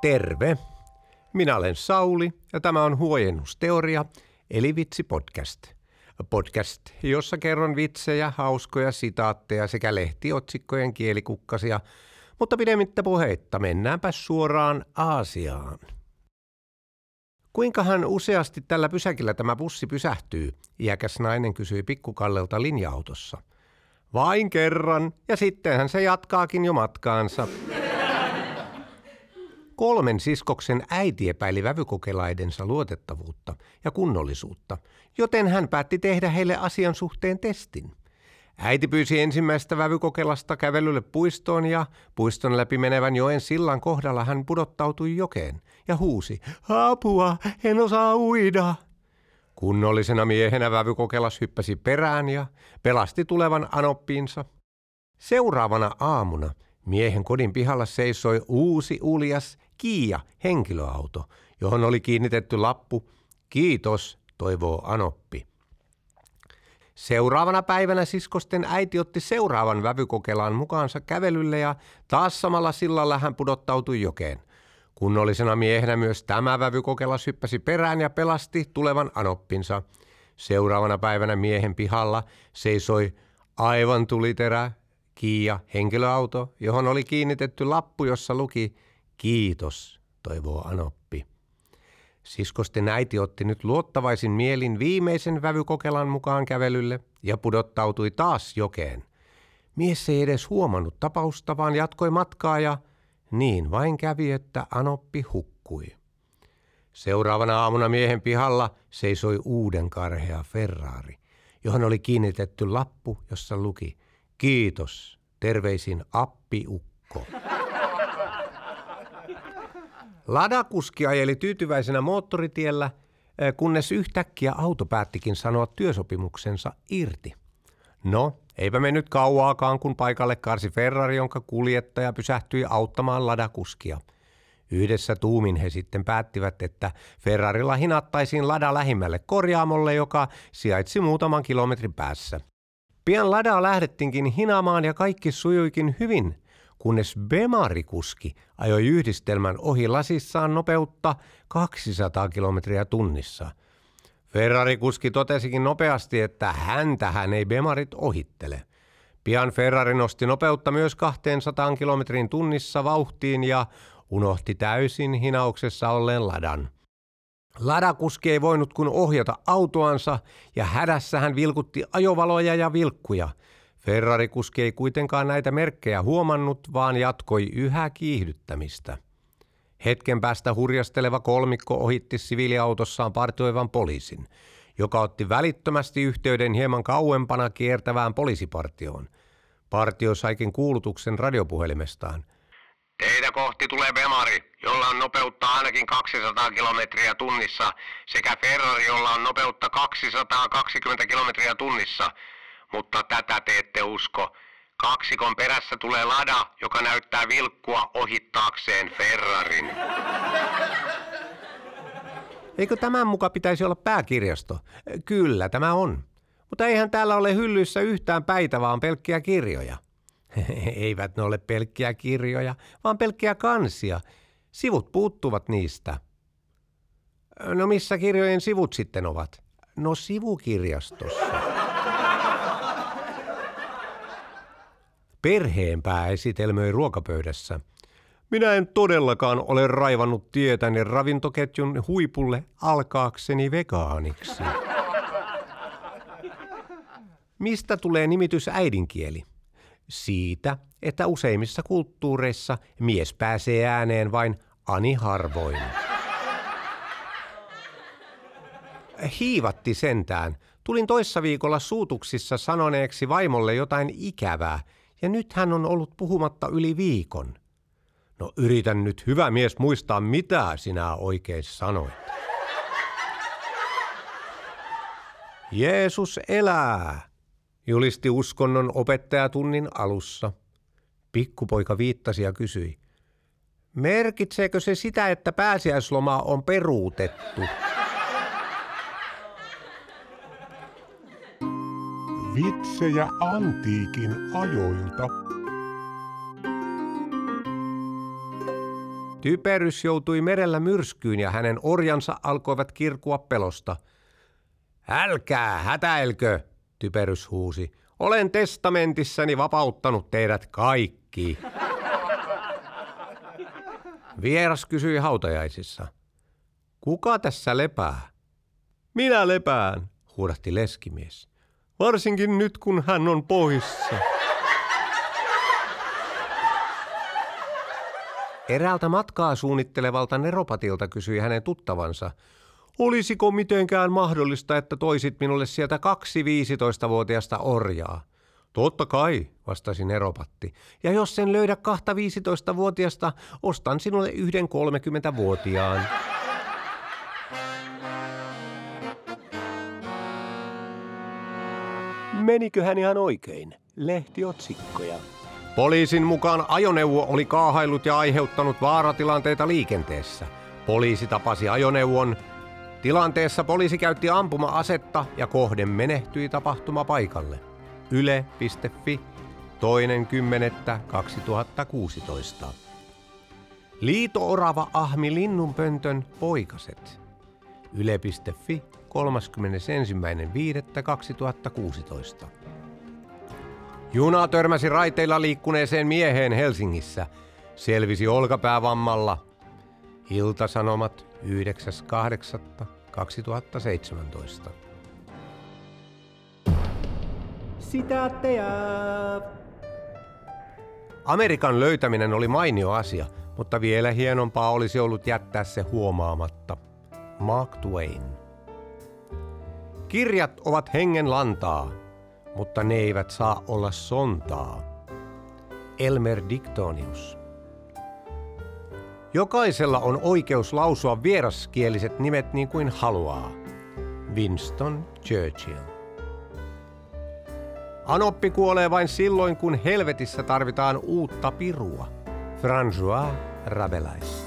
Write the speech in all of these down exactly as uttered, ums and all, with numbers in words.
Terve! Minä olen Sauli ja tämä on Huojennusteoria eli Vitsi-podcast. Podcast, jossa kerron vitsejä, hauskoja sitaatteja sekä lehtiotsikkojen kielikukkasia, mutta pidemmittä puheitta mennäänpä suoraan Aasiaan. Kuinkahan useasti tällä pysäkillä tämä bussi pysähtyy, iäkäs nainen kysyi Pikkukallelta linja-autossa. Vain kerran, ja sittenhän se jatkaakin jo matkaansa. Kolmen siskoksen äiti epäili vävykokelaidensa luotettavuutta ja kunnollisuutta, joten hän päätti tehdä heille asian suhteen testin. Äiti pyysi ensimmäistä vävykokelasta kävelylle puistoon ja puiston läpi menevän joen sillan kohdalla hän pudottautui jokeen ja huusi, apua, en osaa uida. Kunnollisena miehenä vävykokelas hyppäsi perään ja pelasti tulevan anoppinsa. Seuraavana aamuna miehen kodin pihalla seisoi uusi uljas Kia henkilöauto, johon oli kiinnitetty lappu, kiitos, toivoo anoppi. Seuraavana päivänä siskosten äiti otti seuraavan vävykokelaan mukaansa kävelylle ja taas samalla sillalla hän pudottautui jokeen. Kunnollisena miehenä myös tämä vävykokelas hyppäsi perään ja pelasti tulevan anoppinsa. Seuraavana päivänä miehen pihalla seisoi aivan tuliterä Kia henkilöauto, johon oli kiinnitetty lappu, jossa luki kiitos, toivoo anoppi. Siskosten äiti otti nyt luottavaisin mielin viimeisen vävykokelan mukaan kävelylle ja pudottautui taas jokeen. Mies ei edes huomannut tapausta, vaan jatkoi matkaa ja niin vain kävi, että anoppi hukkui. Seuraavana aamuna miehen pihalla seisoi uuden karhea Ferrari, johon oli kiinnitetty lappu, jossa luki kiitos, terveisin appiukko. Ladakuski ajeli tyytyväisenä moottoritiellä, kunnes yhtäkkiä auto päättikin sanoa työsopimuksensa irti. No, eipä mennyt kauaakaan, kun paikalle karsi Ferrari, jonka kuljettaja pysähtyi auttamaan ladakuskia. Yhdessä tuumin he sitten päättivät, että Ferrarilla hinattaisiin lada lähimmälle korjaamolle, joka sijaitsi muutaman kilometrin päässä. Pian ladaa lähdettiinkin hinaamaan ja kaikki sujuikin hyvin, kunnes Bemari-kuski ajoi yhdistelmän ohi lasissaan nopeutta kaksisataa kilometriä tunnissa. Ferrari-kuski totesikin nopeasti, että häntähän ei Bemarit ohittele. Pian Ferrari nosti nopeutta myös kaksisataa kilometrin tunnissa vauhtiin ja unohti täysin hinauksessa olleen ladan. Ladakuski ei voinut kuin ohjata autoansa ja hädässä hän vilkutti ajovaloja ja vilkkuja. Ferrari-kuski ei kuitenkaan näitä merkkejä huomannut, vaan jatkoi yhä kiihdyttämistä. Hetken päästä hurjasteleva kolmikko ohitti siviiliautossaan partioivan poliisin, joka otti välittömästi yhteyden hieman kauempana kiertävään poliisipartioon. Partio saikin kuulutuksen radiopuhelimestaan. Teitä kohti tulee Bemari, jolla on nopeutta ainakin kaksisataa kilometriä tunnissa, sekä Ferrari, jolla on nopeutta kaksisataakaksikymmentä kilometriä tunnissa. Mutta tätä te ette usko. Kaksikon perässä tulee lada, joka näyttää vilkkua ohittaakseen Ferrarin. Eikö tämän muka pitäisi olla pääkirjasto? Kyllä, tämä on. Mutta eihän täällä ole hyllyissä yhtään päitä, vaan pelkkiä kirjoja. Eivät ne ole pelkkiä kirjoja, vaan pelkkiä kansia. Sivut puuttuvat niistä. No missä kirjojen sivut sitten ovat? No sivukirjastossa. Perheenpää esitelmöi ruokapöydässä. Minä en todellakaan ole raivannut tietäni ravintoketjun huipulle alkaakseni vegaaniksi. Mistä tulee nimitys äidinkieli? Siitä, että useimmissa kulttuureissa mies pääsee ääneen vain ani harvoin. Hiivatti sentään. Tulin toissa viikolla suutuksissa sanoneeksi vaimolle jotain ikävää, ja nyt hän on ollut puhumatta yli viikon. No yritän nyt, hyvä mies, muistaa, mitä sinä oikein sanoit. Jeesus elää, julisti uskonnon opettajatunnin alussa. Pikkupoika viittasi ja kysyi, merkitseekö se sitä, että pääsiäisloma on peruutettu? Vitsejä antiikin ajoilta. Typerys joutui merellä myrskyyn ja hänen orjansa alkoivat kirkua pelosta. Älkää hätäilkö, Typerys huusi. Olen testamentissani vapauttanut teidät kaikki. Vieras kysyi hautajaisissa. Kuka tässä lepää? Minä lepään, huudahti leskimies. Varsinkin nyt, kun hän on poissa. Eräältä matkaa suunnittelevalta neropatilta kysyi hänen tuttavansa. Olisiko mitenkään mahdollista, että toisit minulle sieltä kaksi viisitoistavuotiaasta orjaa? Totta kai, vastasi neropatti. Ja jos en löydä kahta viisitoistavuotiaasta, ostan sinulle yhden kolmekymmentävuotiaan. Meniköhän ihan oikein? Lehtiotsikkoja. Poliisin mukaan ajoneuvo oli kaahailut ja aiheuttanut vaaratilanteita liikenteessä. Poliisi tapasi ajoneuvon. Tilanteessa poliisi käytti ampuma-asetta ja kohde menehtyi tapahtumapaikalle. Yle piste fi, toinen kymmenettä kaksituhattakuusitoista. Liito-orava ahmi linnunpöntön poikaset. Yle piste fi, kolmaskymmenesensimmäinen viidettä kaksituhattakuusitoista. Juna törmäsi raiteilla liikkuneeseen mieheen Helsingissä. Selvisi olkapäävammalla. Ilta-Sanomat yhdeksäs kahdeksatta kaksituhattaseitsemäntoista. Sitaatteja. Amerikan löytäminen oli mainio asia, mutta vielä hienompaa olisi ollut jättää se huomaamatta. Mark Twain. Kirjat ovat hengen lantaa, mutta ne eivät saa olla sontaa. Elmer Dictonius. Jokaisella on oikeus lausua vieraskieliset nimet niin kuin haluaa. Winston Churchill. Anoppi kuolee vain silloin, kun helvetissä tarvitaan uutta pirua. François Rabelais.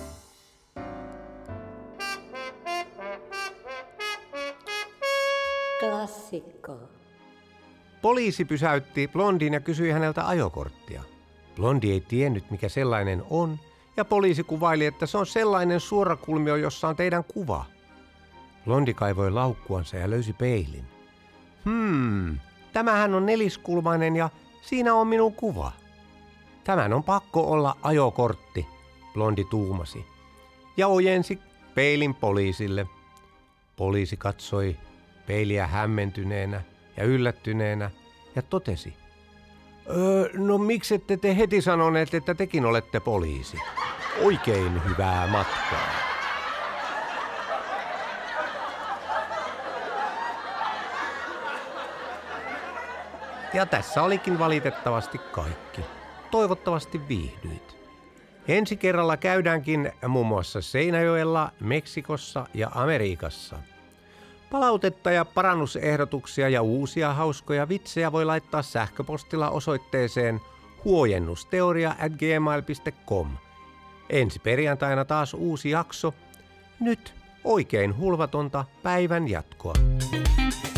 Klassikko. Poliisi pysäytti Blondin ja kysyi häneltä ajokorttia. Blondi ei tiennyt, mikä sellainen on, ja poliisi kuvaili, että se on sellainen suorakulmio, jossa on teidän kuva. Blondi kaivoi laukkuansa ja löysi peilin. Hmm, tämähän on neliskulmainen ja siinä on minun kuva. Tämän on pakko olla ajokortti, Blondi tuumasi. Ja ojensi peilin poliisille. Poliisi katsoi peiliä hämmentyneenä ja yllättyneenä ja totesi. Öö, no miksette te heti sanoneet, että tekin olette poliisi? Oikein hyvää matkaa. Ja tässä olikin valitettavasti kaikki. Toivottavasti viihdyit. Ensi kerralla käydäänkin muun muassa Seinäjoella, Meksikossa ja Amerikassa. Palautetta ja parannusehdotuksia ja uusia hauskoja vitsejä voi laittaa sähköpostilla osoitteeseen huojennusteoria at gmail piste com. Ensi perjantaina taas uusi jakso. Nyt oikein hulvatonta päivän jatkoa.